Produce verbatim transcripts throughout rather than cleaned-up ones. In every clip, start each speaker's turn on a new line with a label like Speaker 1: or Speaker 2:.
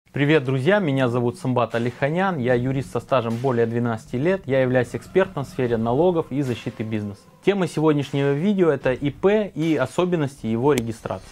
Speaker 1: Привет, друзья! Меня зовут Самбат Алиханян, я юрист со стажем более двенадцати лет, я являюсь экспертом в сфере налогов и защиты бизнеса. Тема сегодняшнего видео – это И П и особенности его регистрации.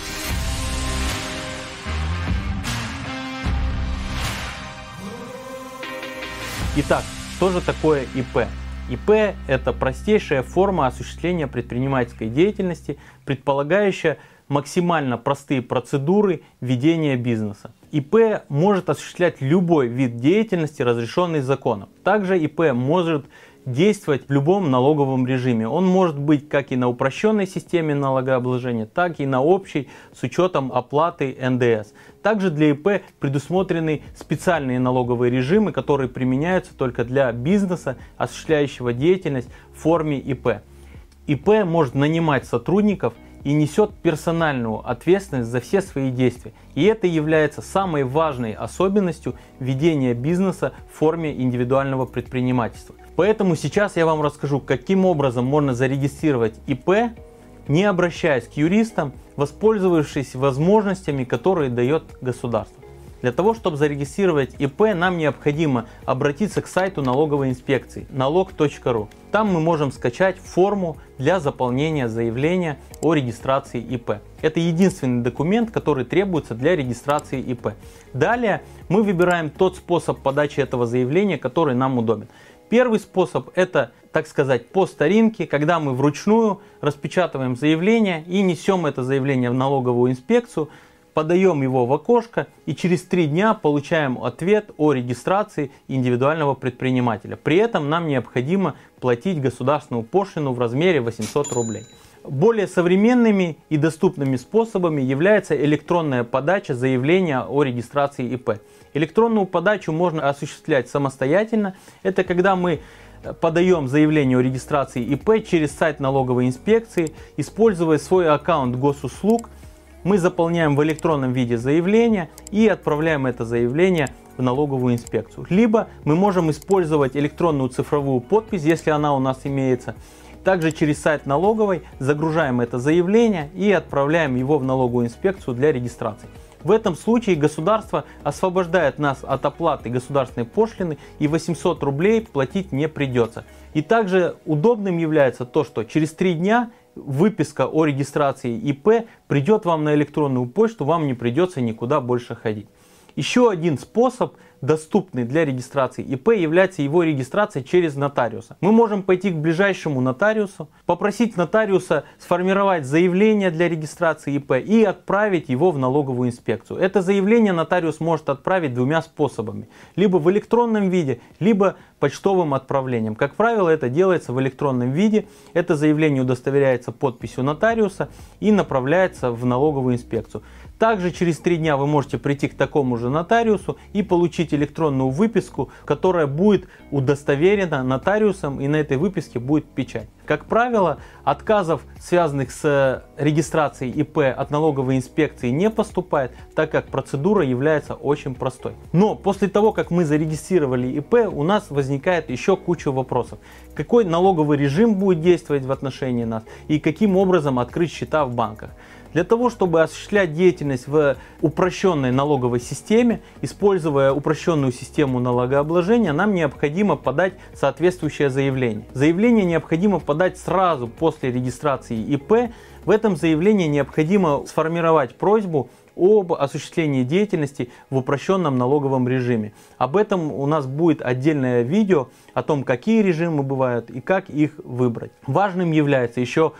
Speaker 1: Итак, что же такое И П? И П – это простейшая форма осуществления предпринимательской деятельности, предполагающая максимально простые процедуры ведения бизнеса. И П может осуществлять любой вид деятельности, разрешенный законом. Также И П может действовать в любом налоговом режиме. Он может быть как и на упрощенной системе налогообложения, так и на общей с учетом оплаты Н Д С. Также для И П предусмотрены специальные налоговые режимы, которые применяются только для бизнеса, осуществляющего деятельность в форме И П. И П может нанимать сотрудников и несет персональную ответственность за все свои действия. И это является самой важной особенностью ведения бизнеса в форме индивидуального предпринимательства. Поэтому сейчас я вам расскажу, каким образом можно зарегистрировать И П, не обращаясь к юристам, воспользовавшись возможностями, которые дает государство. Для того, чтобы зарегистрировать И П, нам необходимо обратиться к сайту налоговой инспекции налог точка ру. Там мы можем скачать форму для заполнения заявления о регистрации И П. Это единственный документ, который требуется для регистрации И П. Далее мы выбираем тот способ подачи этого заявления, который нам удобен. Первый способ – это, так сказать, по старинке, когда мы вручную распечатываем заявление и несем это заявление в налоговую инспекцию, подаем его в окошко и через три дня получаем ответ о регистрации индивидуального предпринимателя. При этом нам необходимо платить государственную пошлину в размере восемьсот рублей. Более современными и доступными способами является электронная подача заявления о регистрации И П. Электронную подачу можно осуществлять самостоятельно. Это когда мы подаем заявление о регистрации И П через сайт налоговой инспекции, используя свой аккаунт госуслуг. Мы заполняем в электронном виде заявление и отправляем это заявление в налоговую инспекцию. Либо мы можем использовать электронную цифровую подпись, если она у нас имеется. Также через сайт налоговой загружаем это заявление и отправляем его в налоговую инспекцию для регистрации. В этом случае государство освобождает нас от оплаты государственной пошлины и восемьсот рублей платить не придется. И также удобным является то, что через три дня выписка о регистрации И П придет вам на электронную почту, вам не придется никуда больше ходить. Еще один способ, доступный для регистрации И П, является его регистрация через нотариуса. Мы можем пойти к ближайшему нотариусу, попросить нотариуса сформировать заявление для регистрации И П и отправить его в налоговую инспекцию. Это заявление нотариус может отправить двумя способами. Либо в электронном виде, либо почтовым отправлением. Как правило, это делается в электронном виде. Это заявление удостоверяется подписью нотариуса и направляется в налоговую инспекцию. Также через три дня вы можете прийти к такому же нотариусу и получить электронную выписку, которая будет удостоверена нотариусом, и на этой выписке будет печать. Как правило, отказов, связанных с регистрацией И П от налоговой инспекции, не поступает, так как процедура является очень простой. Но после того, как мы зарегистрировали И П, у нас возникает еще куча вопросов. Какой налоговый режим будет действовать в отношении нас и каким образом открыть счета в банках. Для того, чтобы осуществлять деятельность в упрощенной налоговой системе, используя упрощенную систему налогообложения, нам необходимо подать соответствующее заявление. Заявление необходимо подать сразу после регистрации И П. В этом заявлении необходимо сформировать просьбу об осуществлении деятельности в упрощенном налоговом режиме. Об этом у нас будет отдельное видео о том, какие режимы бывают и как их выбрать. Важным является еще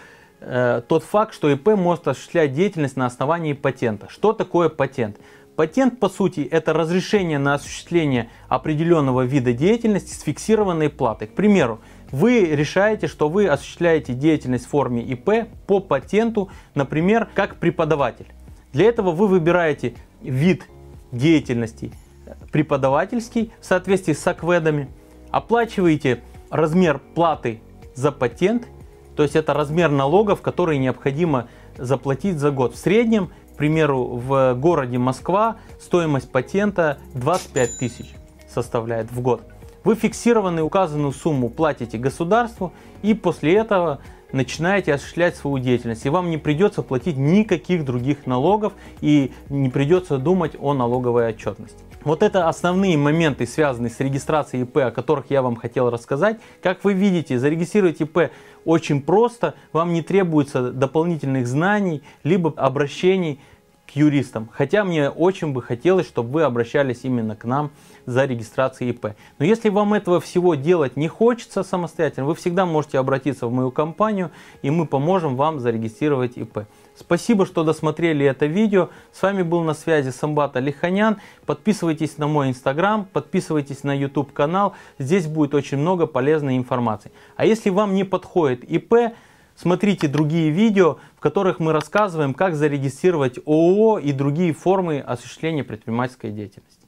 Speaker 1: тот факт, что И П может осуществлять деятельность на основании патента. Что такое патент? Патент, по сути, это разрешение на осуществление определенного вида деятельности с фиксированной платой. К примеру, вы решаете, что вы осуществляете деятельность в форме И П по патенту, например, как преподаватель. Для этого вы выбираете вид деятельности преподавательский в соответствии с АКВЭДами, оплачиваете размер платы за патент. То есть это размер налогов, которые необходимо заплатить за год. В среднем, к примеру, в городе Москва стоимость патента двадцать пять тысяч составляет в год. Вы фиксированную указанную сумму платите государству и после этого начинаете осуществлять свою деятельность. И вам не придется платить никаких других налогов и не придется думать о налоговой отчетности. Вот это основные моменты, связанные с регистрацией ИП, о которых я вам хотел рассказать. Как вы видите, зарегистрировать ИП очень просто, вам не требуется дополнительных знаний, либо обращений к юристам. Хотя мне очень бы хотелось, чтобы вы обращались именно к нам за регистрацией ИП. Но если вам этого всего делать не хочется самостоятельно, вы всегда можете обратиться в мою компанию, и мы поможем вам зарегистрировать ИП. Спасибо, что досмотрели это видео. С вами был на связи Самбат Алиханян. Подписывайтесь на мой инстаграм, подписывайтесь на ютуб канал. Здесь будет очень много полезной информации. А если вам не подходит ИП, смотрите другие видео, в которых мы рассказываем, как зарегистрировать ООО и другие формы осуществления предпринимательской деятельности.